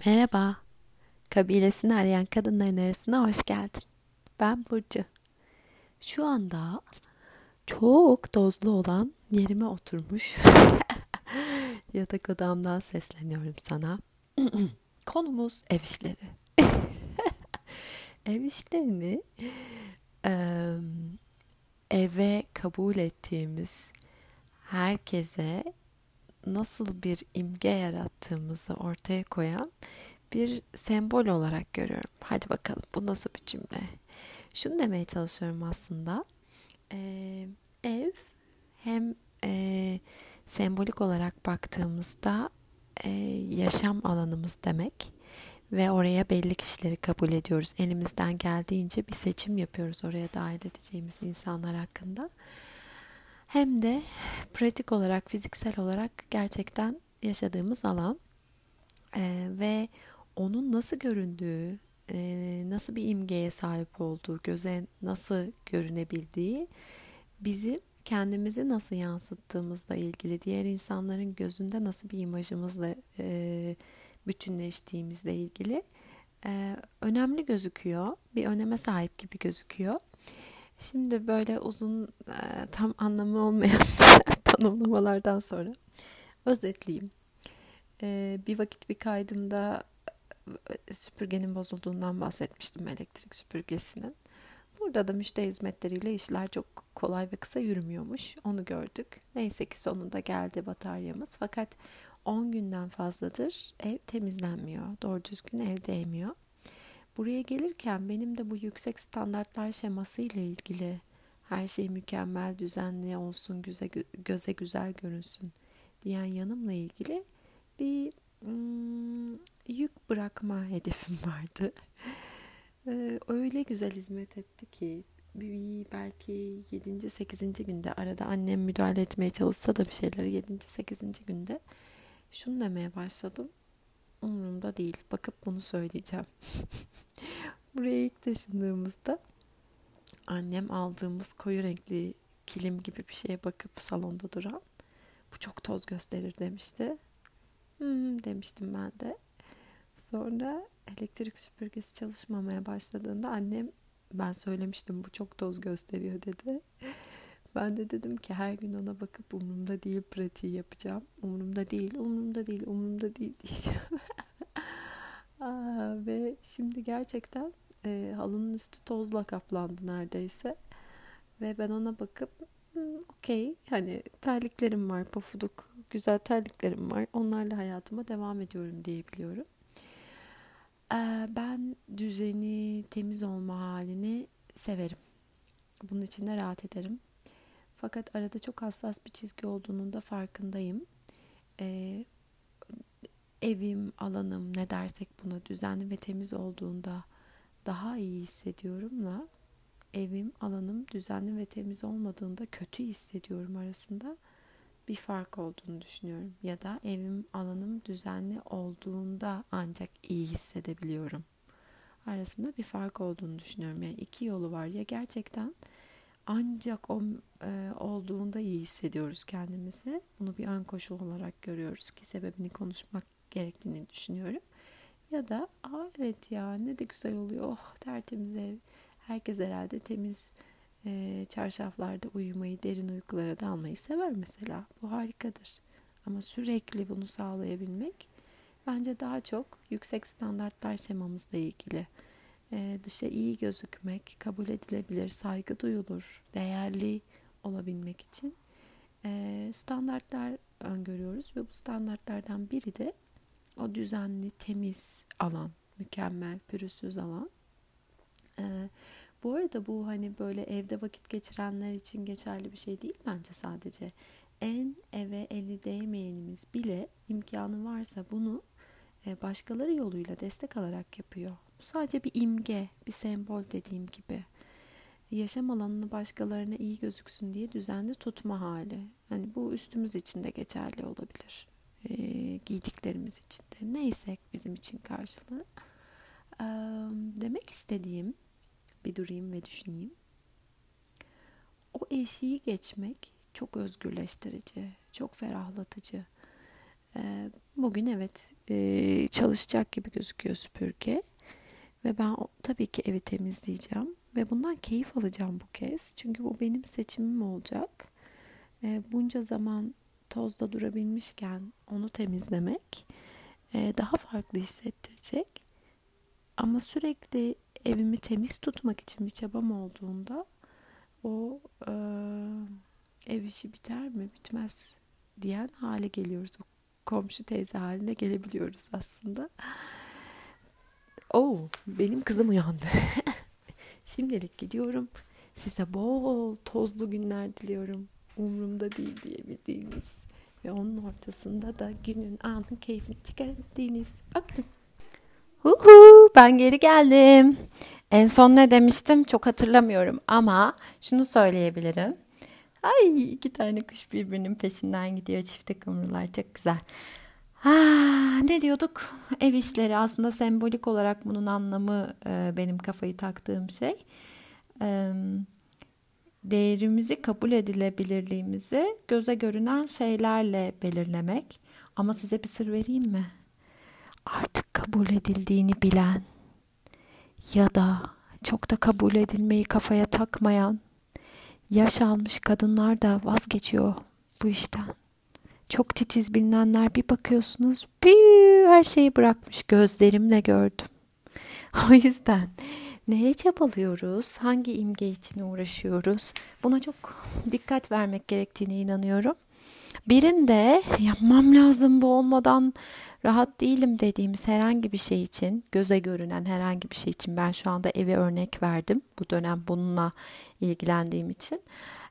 Merhaba, kabilesini arayan kadınların arasına hoş geldin. Ben Burcu. Şu anda çok tozlu olan yerime oturmuş yatak odamdan sesleniyorum sana. Konumuz ev işleri. Ev işlerini eee, eve kabul ettiğimiz herkese nasıl bir imge yarattığımızı ortaya koyan bir sembol olarak görüyorum. Hadi bakalım bu nasıl bir cümle? Şunu demeye çalışıyorum aslında. Ee, Ev hem sembolik olarak baktığımızda e, yaşam alanımız demek ve oraya belli kişileri kabul ediyoruz. Elimizden geldiğince bir seçim yapıyoruz oraya dahil edeceğimiz insanlar hakkında. Hem de pratik olarak, fiziksel olarak gerçekten yaşadığımız alan. Ve onun nasıl göründüğü, nasıl bir imgeye sahip olduğu, göze nasıl görünebildiği, bizi kendimizi nasıl yansıttığımızla ilgili, diğer insanların gözünde nasıl bir imajımızla bütünleştiğimizle ilgili önemli gözüküyor. Bir öneme sahip gibi gözüküyor. Şimdi böyle uzun, tam anlamı olmayan tanımlamalardan sonra özetleyeyim. Bir vakit bir kaydımda süpürgenin bozulduğundan bahsetmiştim, elektrik süpürgesinin. Burada da müşteri hizmetleriyle işler çok kolay ve kısa yürümüyormuş. Onu gördük. Neyse ki sonunda geldi bataryamız. Fakat 10 günden fazladır ev temizlenmiyor. Doğru düzgün el değmiyor. Buraya gelirken benim de bu yüksek standartlar şeması ile ilgili her şey mükemmel, düzenli olsun, göze güzel görünsün diyen yanımla ilgili bir yük bırakma hedefim vardı. Öyle güzel hizmet etti ki belki yedinci sekizinci günde, arada annem müdahale etmeye çalışsa da bir şeyleri, yedinci sekizinci günde şunu demeye başladım. Umurumda değil. Bakıp bunu söyleyeceğim. Buraya ilk taşındığımızda annem aldığımız koyu renkli kilim gibi bir şeye bakıp salonda duran, bu çok toz gösterir demişti. Demiştim ben de. Sonra elektrik süpürgesi çalışmamaya başladığında annem, ben söylemiştim bu çok toz gösteriyor dedi. Ben de dedim ki her gün ona bakıp umurumda değil pratiği yapacağım. Umurumda değil, umurumda değil, umurumda değil diyeceğim. Ve şimdi gerçekten halının üstü tozla kaplandı neredeyse. Ve ben ona bakıp okey, hani terliklerim var, pofuduk güzel terliklerim var, onlarla hayatıma devam ediyorum diyebiliyorum. Ben düzeni, temiz olma halini severim. Bunun için de rahat ederim. Fakat arada çok hassas bir çizgi olduğunun da farkındayım. Ee, Evim, alanım, ne dersek buna, düzenli ve temiz olduğunda daha iyi hissediyorumla evim, alanım düzenli ve temiz olmadığında kötü hissediyorum arasında bir fark olduğunu düşünüyorum. Ya da evim, alanım düzenli olduğunda ancak iyi hissedebiliyorum arasında bir fark olduğunu düşünüyorum. Yani iki yolu var. Ya gerçekten ancak o olduğunda iyi hissediyoruz kendimizi. Bunu bir ön koşul olarak görüyoruz ki sebebini konuşmak gerektiğini düşünüyorum. Ya da evet ya ne de güzel oluyor. Oh, tertemiz ev. Herkes herhalde temiz çarşaflarda uyumayı, derin uykulara dalmayı sever mesela. Bu harikadır. Ama sürekli bunu sağlayabilmek bence daha çok yüksek standartlar şemamızla ilgili. Dışa iyi gözükmek, kabul edilebilir, saygı duyulur, değerli olabilmek için standartlar öngörüyoruz ve bu standartlardan biri de o düzenli, temiz alan, mükemmel, pürüzsüz alan. Bu arada bu hani böyle evde vakit geçirenler için geçerli bir şey değil bence sadece. En eve eli değmeyenimiz bile imkanı varsa bunu başkaları yoluyla destek alarak yapıyor. Bu sadece bir imge, bir sembol dediğim gibi. Yaşam alanını başkalarına iyi gözüksün diye düzenli tutma hali. Hani bu üstümüz için de geçerli olabilir. Giydiklerimiz için de. Neyse bizim için karşılığı. Ee, Demek istediğim, bir durayım ve düşüneyim. O eşiği geçmek çok özgürleştirici, çok ferahlatıcı. Bugün evet çalışacak gibi gözüküyor süpürge. Ve ben tabii ki evi temizleyeceğim. Ve bundan keyif alacağım bu kez. Çünkü bu benim seçimim olacak. Bunca zaman tozda durabilmişken onu temizlemek daha farklı hissettirecek. Ama sürekli evimi temiz tutmak için bir çabam olduğunda o ev işi biter mi bitmez diyen hale geliyoruz. O komşu teyze haline gelebiliyoruz aslında. Benim kızım uyandı. Şimdilik gidiyorum. Size bol tozlu günler diliyorum. Umurumda değil diyebildiğiniz ve onun ortasında da günün anın keyfini çıkarabildiğiniz. Öptüm. Ben geri geldim. En son ne demiştim çok hatırlamıyorum ama şunu söyleyebilirim. Ay, iki tane kuş birbirinin peşinden gidiyor, çifte kumrular, çok güzel. Ne diyorduk? Ev işleri aslında sembolik olarak bunun anlamı benim kafayı taktığım şey. E, Değerimizi, kabul edilebilirliğimizi göze görünen şeylerle belirlemek. Ama size bir sır vereyim mi? Artık kabul edildiğini bilen ya da çok da kabul edilmeyi kafaya takmayan yaş almış kadınlar da vazgeçiyor bu işten. Çok titiz bilinenler bir bakıyorsunuz, her şeyi bırakmış, gözlerimle gördüm. O yüzden neye çabalıyoruz, hangi imge için uğraşıyoruz, buna çok dikkat vermek gerektiğine inanıyorum. Birinde yapmam lazım, bu olmadan rahat değilim dediğimiz herhangi bir şey için, göze görünen herhangi bir şey için, ben şu anda evi örnek verdim. Bu dönem bununla ilgilendiğim için.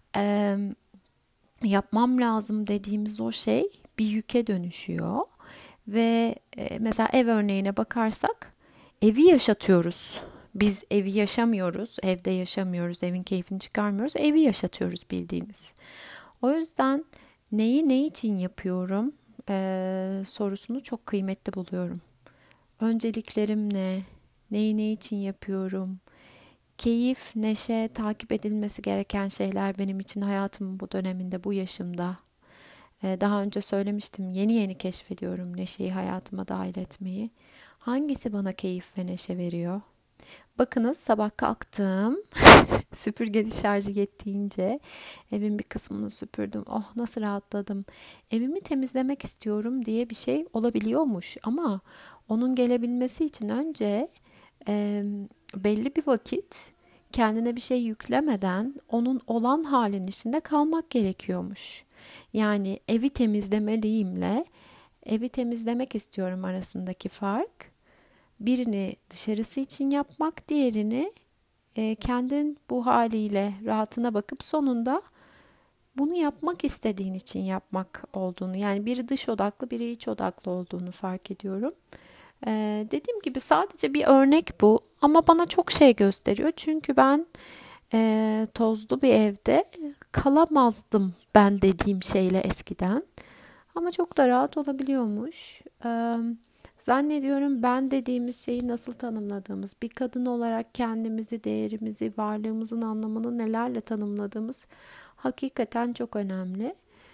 Yapmam lazım dediğimiz o şey bir yüke dönüşüyor. Ve mesela ev örneğine bakarsak evi yaşatıyoruz. Biz evi yaşamıyoruz, evde yaşamıyoruz, evin keyfini çıkarmıyoruz, evi yaşatıyoruz bildiğiniz. O yüzden neyi ne için yapıyorum sorusunu çok kıymetli buluyorum. Önceliklerim ne? Neyi ne için yapıyorum? Keyif, neşe, takip edilmesi gereken şeyler benim için hayatımın bu döneminde, bu yaşımda. Daha önce söylemiştim, yeni yeni keşfediyorum neşeyi hayatıma dahil etmeyi. Hangisi bana keyif ve neşe veriyor? Bakınız, sabah kalktım. Süpürgenin şarjı yettiğince evin bir kısmını süpürdüm. Oh, nasıl rahatladım. Evimi temizlemek istiyorum diye bir şey olabiliyormuş. Ama onun gelebilmesi için önce belli bir vakit kendine bir şey yüklemeden onun olan halinin içinde kalmak gerekiyormuş. Yani evi temizlemeliyimle evi temizlemek istiyorum arasındaki fark, birini dışarısı için yapmak, diğerini kendin bu haliyle rahatına bakıp sonunda bunu yapmak istediğin için yapmak olduğunu, yani biri dış odaklı biri iç odaklı olduğunu fark ediyorum. Dediğim gibi sadece bir örnek bu ama bana çok şey gösteriyor. Çünkü ben tozlu bir evde kalamazdım ben dediğim şeyle eskiden. Ama çok da rahat olabiliyormuş. Zannediyorum ben dediğimiz şeyi nasıl tanımladığımız, bir kadın olarak kendimizi, değerimizi, varlığımızın anlamını nelerle tanımladığımız hakikaten çok önemli.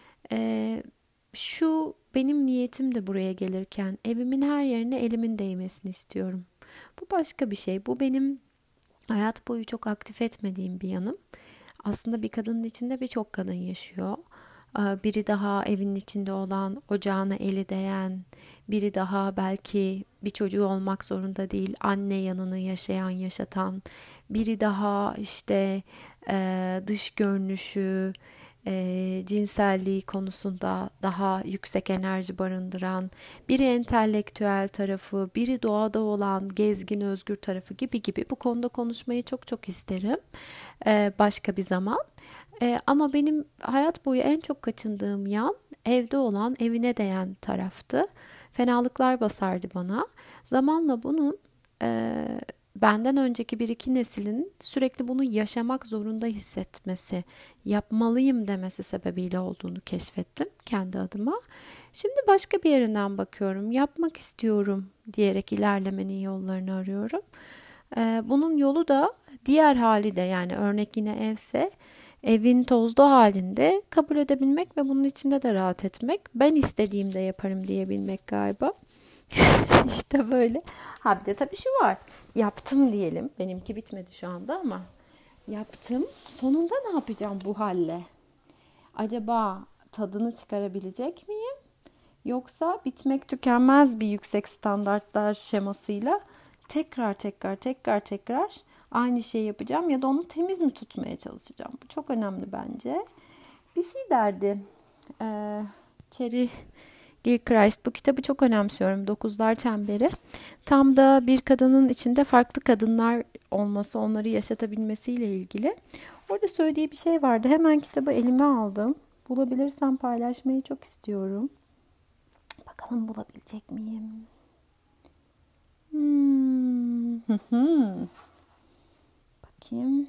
Şu benim niyetim de buraya gelirken evimin her yerine elimin değmesini istiyorum. Bu başka bir şey. Bu benim hayat boyu çok aktif etmediğim bir yanım. Aslında bir kadının içinde birçok kadın yaşıyor. Biri daha evin içinde olan, ocağına eli değen, biri daha belki bir çocuğu olmak zorunda değil, anne yanını yaşayan, yaşatan, biri daha işte dış görünüşü, cinselliği konusunda daha yüksek enerji barındıran, biri entelektüel tarafı, biri doğada olan gezgin, özgür tarafı gibi gibi. Bu konuda konuşmayı çok çok isterim başka bir zaman. Ama benim hayat boyu en çok kaçındığım yan evde olan, evine değen taraftı. Fenalıklar basardı bana. Zamanla bunun benden önceki bir iki neslin sürekli bunu yaşamak zorunda hissetmesi, yapmalıyım demesi sebebiyle olduğunu keşfettim kendi adıma. Şimdi başka bir yerinden bakıyorum. Yapmak istiyorum diyerek ilerlemenin yollarını arıyorum. Bunun yolu da diğer hali de, yani örnek yine evse evin tozlu halinde kabul edebilmek ve bunun içinde de rahat etmek. Ben istediğimde yaparım diyebilmek galiba. İşte böyle. Ha bir de tabii şu var. Yaptım diyelim. Benimki bitmedi şu anda ama yaptım. Sonunda ne yapacağım bu halle? Acaba tadını çıkarabilecek miyim? Yoksa bitmek tükenmez bir yüksek standartlar şemasıyla tekrar aynı şeyi yapacağım ya da onu temiz mi tutmaya çalışacağım? Bu çok önemli bence. Bir şey derdi. Cherry Gilchrist, bu kitabı çok önemsiyorum. Dokuzlar Çemberi. Tam da bir kadının içinde farklı kadınlar olması, onları yaşatabilmesiyle ilgili. Orada söylediği bir şey vardı. Hemen kitabı elime aldım. Bulabilirsem paylaşmayı çok istiyorum. Bakalım bulabilecek miyim? Bakayım.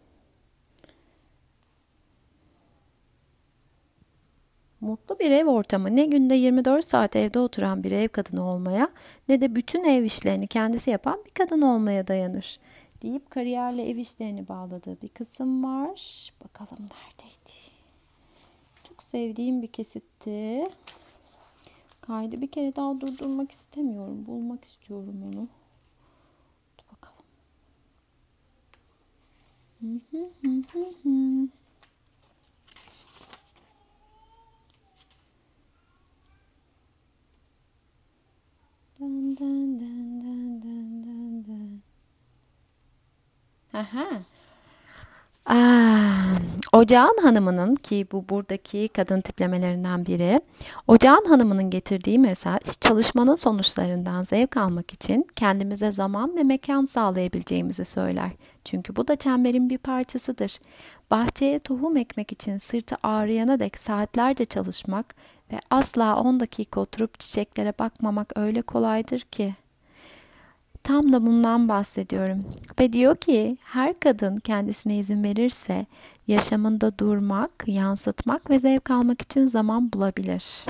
Mutlu bir ev ortamı ne günde 24 saat evde oturan bir ev kadını olmaya ne de bütün ev işlerini kendisi yapan bir kadın olmaya dayanır deyip kariyerle ev işlerini bağladığı bir kısım var. Bakalım neredeydi? Çok sevdiğim bir kesitti. Kaydı bir kere daha durdurmak istemiyorum. Bulmak istiyorum onu. Dur bakalım. Dın dın dın dın dın dın dın. Aha. Ocağın Hanımı'nın, ki bu buradaki kadın tiplemelerinden biri, Ocağın Hanımı'nın getirdiği mesaj, çalışmanın sonuçlarından zevk almak için kendimize zaman ve mekan sağlayabileceğimizi söyler. Çünkü bu da çemberin bir parçasıdır. Bahçeye tohum ekmek için sırtı ağrıyana dek saatlerce çalışmak ve asla 10 dakika oturup çiçeklere bakmamak öyle kolaydır ki. Tam da bundan bahsediyorum. Ve diyor ki her kadın kendisine izin verirse yaşamında durmak, yansıtmak ve zevk almak için zaman bulabilir.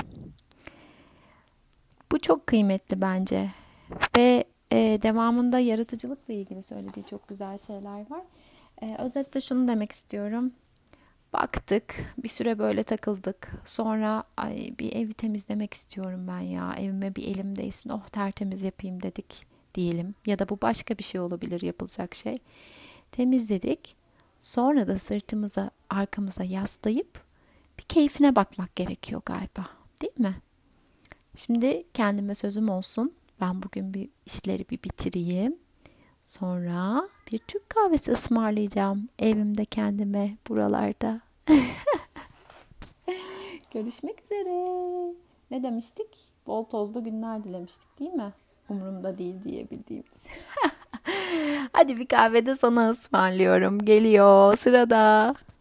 Bu çok kıymetli bence. Ve devamında yaratıcılıkla ilgili söylediği çok güzel şeyler var. Özetle şunu demek istiyorum. Baktık, bir süre böyle takıldık. Sonra bir evi temizlemek istiyorum ben ya. Evime bir elim değsin, oh tertemiz yapayım dedik diyelim. Ya da bu başka bir şey olabilir yapılacak şey. Temizledik. Sonra da sırtımıza, arkamıza yaslayıp bir keyfine bakmak gerekiyor galiba. Değil mi? Şimdi kendime sözüm olsun. Ben bugün bir işleri bir bitireyim. Sonra bir Türk kahvesi ısmarlayacağım evimde kendime buralarda. Görüşmek üzere. Ne demiştik? Bol tozlu günler dilemiştik değil mi? Umurumda değil diyebildiğimiz. Hadi bir kahve de sana ısmarlıyorum. Geliyor sırada.